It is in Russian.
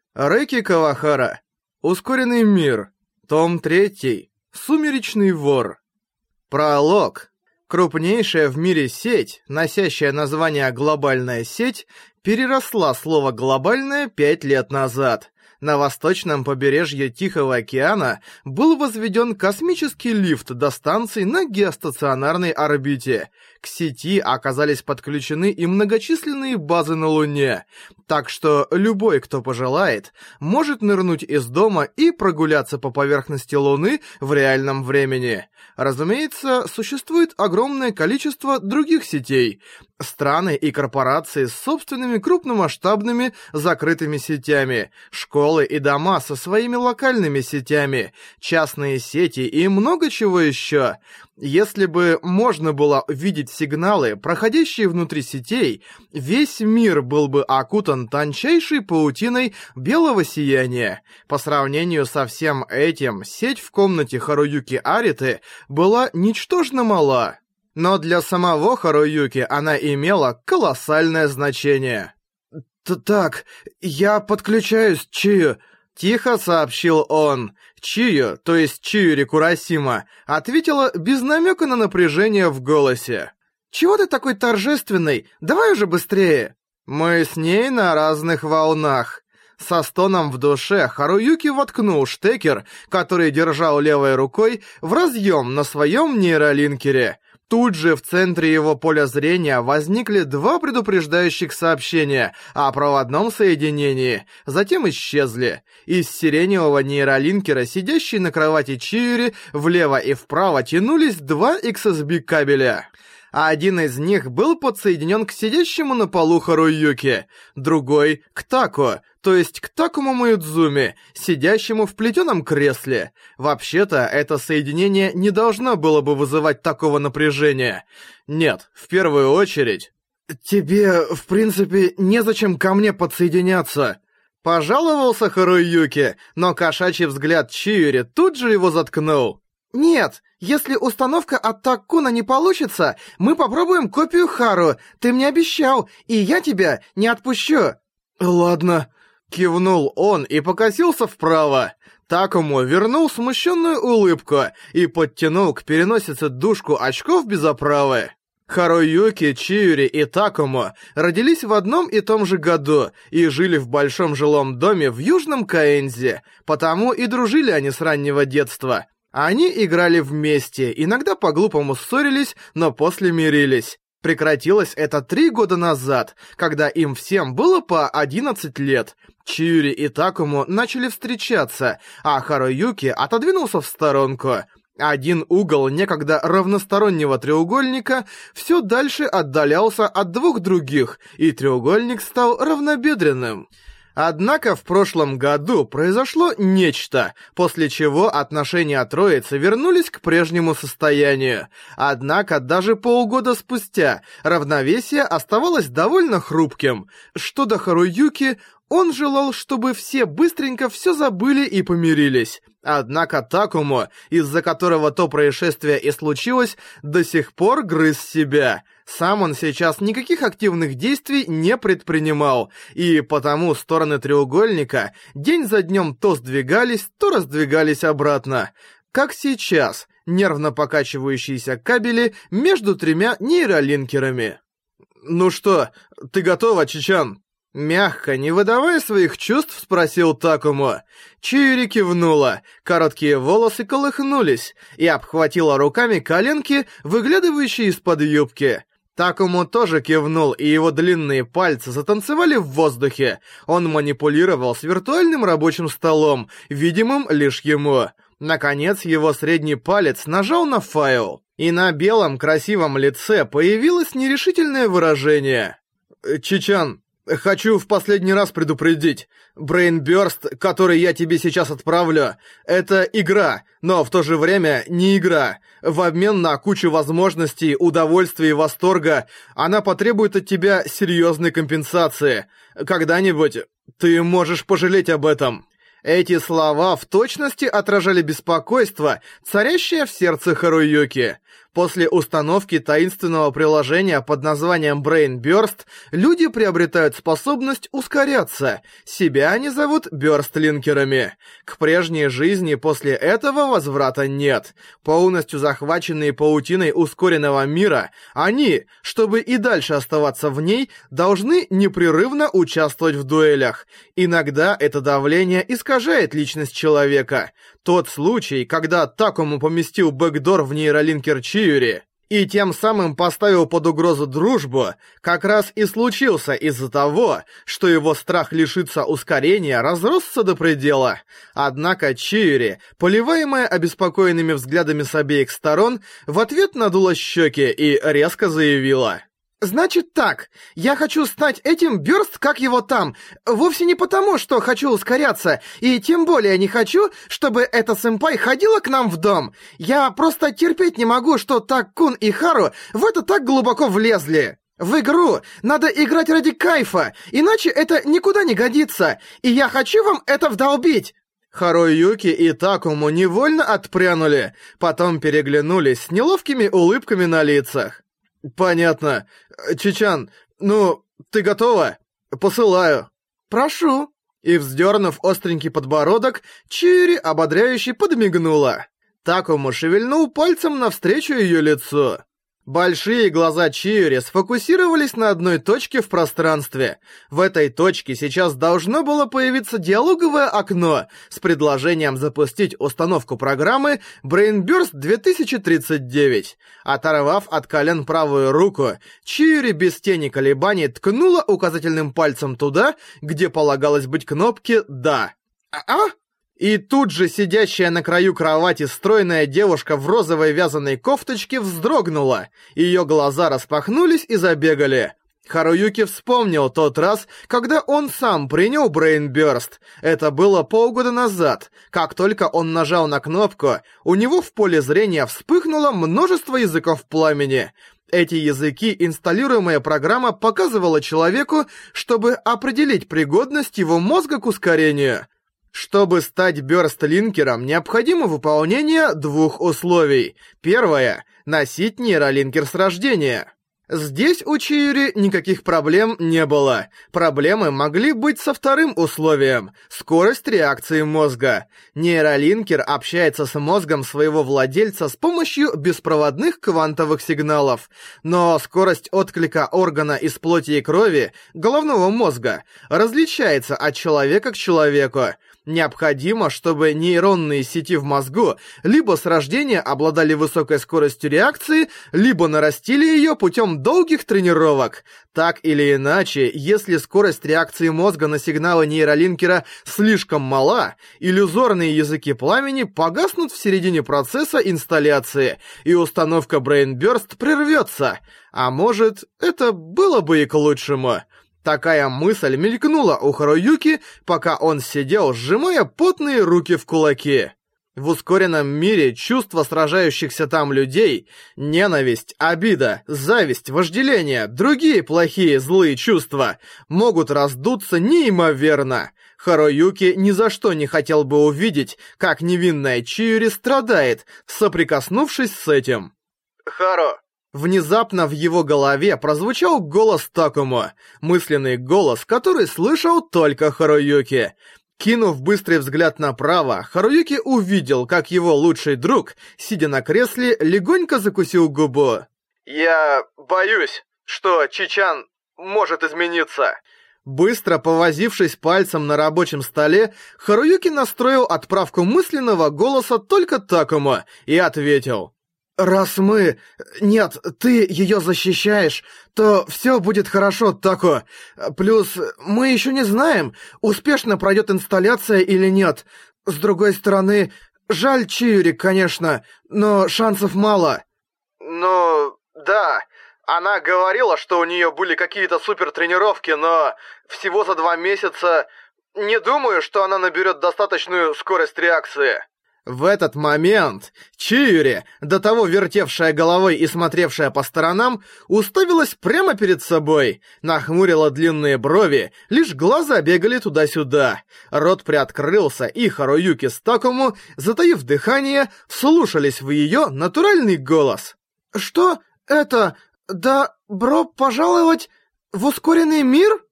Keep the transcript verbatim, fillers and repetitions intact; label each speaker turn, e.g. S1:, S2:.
S1: Рэки Кавахара. Ускоренный мир. Том третий. Сумеречный вор. Пролог. Крупнейшая в мире сеть, носящая название «глобальная сеть», переросла слово «глобальная» пять лет назад. На восточном побережье Тихого океана был возведен космический лифт до станций на геостационарной орбите. К сети оказались подключены и многочисленные базы на Луне, так что любой, кто пожелает, может нырнуть из дома и прогуляться по поверхности Луны в реальном времени. Разумеется, существует огромное количество других сетей, страны и корпорации с собственными крупномасштабными закрытыми сетями, школы и дома со своими локальными сетями, частные сети и много чего еще. Если бы можно было видеть сигналы, проходящие внутри сетей, весь мир был бы окутан тончайшей паутиной белого сияния. По сравнению со всем этим, сеть в комнате Харуюки Ариты была ничтожно мала. Но для самого Харуюки она имела колоссальное значение. «Так, я подключаюсь, Чию», — тихо сообщил он. Чию, то есть Чиюри Курасима, ответила без намека на напряжение в голосе. «Чего ты такой торжественный? Давай уже быстрее!» Мы с ней на разных волнах. Со стоном в душе Харуюки воткнул штекер, который держал левой рукой, в разъем на своем нейролинкере. Тут же в центре его поля зрения возникли два предупреждающих сообщения о проводном соединении, затем исчезли. Из сиреневого нейролинкера, сидящей на кровати Чиюри, влево и вправо тянулись два икс эс би кабеля. Один из них был подсоединен к сидящему на полу Харуюки, другой — к Тако, то есть к Такому Маюдзуми, сидящему в плетеном кресле. Вообще-то, это соединение не должно было бы вызывать такого напряжения. Нет, в первую очередь... «Тебе, в принципе, незачем ко мне подсоединяться», — пожаловался Харуюки, но кошачий взгляд Чиюри тут же его заткнул. «Нет, если установка от Таккуна не получится, мы попробуем копию Хару. Ты мне обещал, и я тебя не отпущу». «Ладно», — кивнул он и покосился вправо. Такому вернул смущенную улыбку и подтянул к переносице дужку очков без оправы. Харуюки, Чиюри и Такому родились в одном и том же году и жили в большом жилом доме в Южном Каэнзе, потому и дружили они с раннего детства. Они играли вместе, иногда по-глупому ссорились, но после мирились. Прекратилось это три года назад, когда им всем было по одиннадцать лет. Чиюри и Такому начали встречаться, а Харуюки отодвинулся в сторонку. Один угол некогда равностороннего треугольника все дальше отдалялся от двух других, и треугольник стал равнобедренным. Однако в прошлом году произошло нечто, после чего отношения троицы вернулись к прежнему состоянию. Однако даже полгода спустя равновесие оставалось довольно хрупким. Что до Харуюки, он желал, чтобы все быстренько все забыли и помирились. Однако Такому, из-за которого то происшествие и случилось, до сих пор грыз себя. Сам он сейчас никаких активных действий не предпринимал, и потому стороны треугольника день за днем то сдвигались, то раздвигались обратно. Как сейчас, нервно покачивающиеся кабели между тремя нейролинкерами. «Ну что, ты готова, Чичан?» Мягко, не выдавая своих чувств, спросил Такому. Чиюри кивнула, короткие волосы колыхнулись и обхватила руками коленки, выглядывающие из-под юбки. Такому тоже кивнул, и его длинные пальцы затанцевали в воздухе. Он манипулировал с виртуальным рабочим столом, видимым лишь ему. Наконец, его средний палец нажал на файл, и на белом красивом лице появилось нерешительное выражение. «Чичан, хочу в последний раз предупредить. Брейнбёрст, который я тебе сейчас отправлю, это игра, но в то же время не игра. В обмен на кучу возможностей, удовольствия и восторга она потребует от тебя серьезной компенсации. Когда-нибудь ты можешь пожалеть об этом». Эти слова в точности отражали беспокойство, царящее в сердце Харуюки. После установки таинственного приложения под названием Brain Burst люди приобретают способность ускоряться. Себя они зовут бёрстлинкерами. К прежней жизни после этого возврата нет. Полностью захваченные паутиной ускоренного мира, они, чтобы и дальше оставаться в ней, должны непрерывно участвовать в дуэлях. Иногда это давление искажает личность человека. Тот случай, когда Такому поместил бэкдор в нейролинкер Чиури и тем самым поставил под угрозу дружбу, как раз и случился из-за того, что его страх лишиться ускорения разросся до предела. Однако Чиури, поливаемая обеспокоенными взглядами с обеих сторон, в ответ надула щеки и резко заявила: «Значит так, я хочу стать этим Бёрст, как его там, вовсе не потому, что хочу ускоряться, и тем более не хочу, чтобы эта сэмпай ходила к нам в дом. Я просто терпеть не могу, что Так-кун и Хару в это так глубоко влезли. В игру надо играть ради кайфа, иначе это никуда не годится, и я хочу вам это вдолбить». Харуюки и Такому невольно отпрянули, потом переглянулись с неловкими улыбками на лицах. «Понятно. Чичан, ну, ты готова? Посылаю». «Прошу». И, вздернув остренький подбородок, Чиури ободряюще подмигнула. Такому шевельнул пальцем навстречу ее лицу. Большие глаза Чиури сфокусировались на одной точке в пространстве. В этой точке сейчас должно было появиться диалоговое окно с предложением запустить установку программы Brain Burst две тысячи тридцать девять. Оторвав от колен правую руку, Чиури без тени колебаний ткнула указательным пальцем туда, где полагалось быть кнопки «Да». «А-а?» И тут же сидящая на краю кровати стройная девушка в розовой вязаной кофточке вздрогнула. Ее глаза распахнулись и забегали. Харуюки вспомнил тот раз, когда он сам принял Brain Burst. Это было полгода назад. Как только он нажал на кнопку, у него в поле зрения вспыхнуло множество языков пламени. Эти языки инсталируемая программа показывала человеку, чтобы определить пригодность его мозга к ускорению. Чтобы стать бёрстлинкером, необходимо выполнение двух условий. Первое — носить нейролинкер с рождения. Здесь у Чиури никаких проблем не было. Проблемы могли быть со вторым условием — скорость реакции мозга. Нейролинкер общается с мозгом своего владельца с помощью беспроводных квантовых сигналов. Но скорость отклика органа из плоти и крови, головного мозга, различается от человека к человеку. Необходимо, чтобы нейронные сети в мозгу либо с рождения обладали высокой скоростью реакции, либо нарастили ее путем долгих тренировок. Так или иначе, если скорость реакции мозга на сигналы нейролинкера слишком мала, иллюзорные языки пламени погаснут в середине процесса инсталляции, и установка Brain Burst прервется. А может, это было бы и к лучшему. Такая мысль мелькнула у Харуюки, пока он сидел, сжимая потные руки в кулаки. В ускоренном мире чувства сражающихся там людей, ненависть, обида, зависть, вожделение, другие плохие злые чувства могут раздуться неимоверно. Харуюки ни за что не хотел бы увидеть, как невинная Чиури страдает, соприкоснувшись с этим. «Хару!» Внезапно в его голове прозвучал голос Такому, мысленный голос, который слышал только Харуюки. Кинув быстрый взгляд направо, Харуюки увидел, как его лучший друг, сидя на кресле, легонько закусил губу. «Я боюсь, что Чичан может измениться». Быстро повозившись пальцем на рабочем столе, Харуюки настроил отправку мысленного голоса только Такому и ответил: «Раз мы... Нет, ты ее защищаешь, то все будет хорошо, Тако. Плюс мы еще не знаем, успешно пройдет инсталляция или нет. С другой стороны, жаль Чиури, конечно, но шансов мало». «Ну, да, она говорила, что у нее были какие-то супертренировки, но всего за два месяца... Не думаю, что она наберет достаточную скорость реакции». В этот момент Чиури, до того вертевшая головой и смотревшая по сторонам, уставилась прямо перед собой, нахмурила длинные брови, лишь глаза бегали туда-сюда. Рот приоткрылся, и Харуюки с Такому, затаив дыхание, вслушались в ее натуральный голос. Что это? Добро пожаловать в ускоренный мир?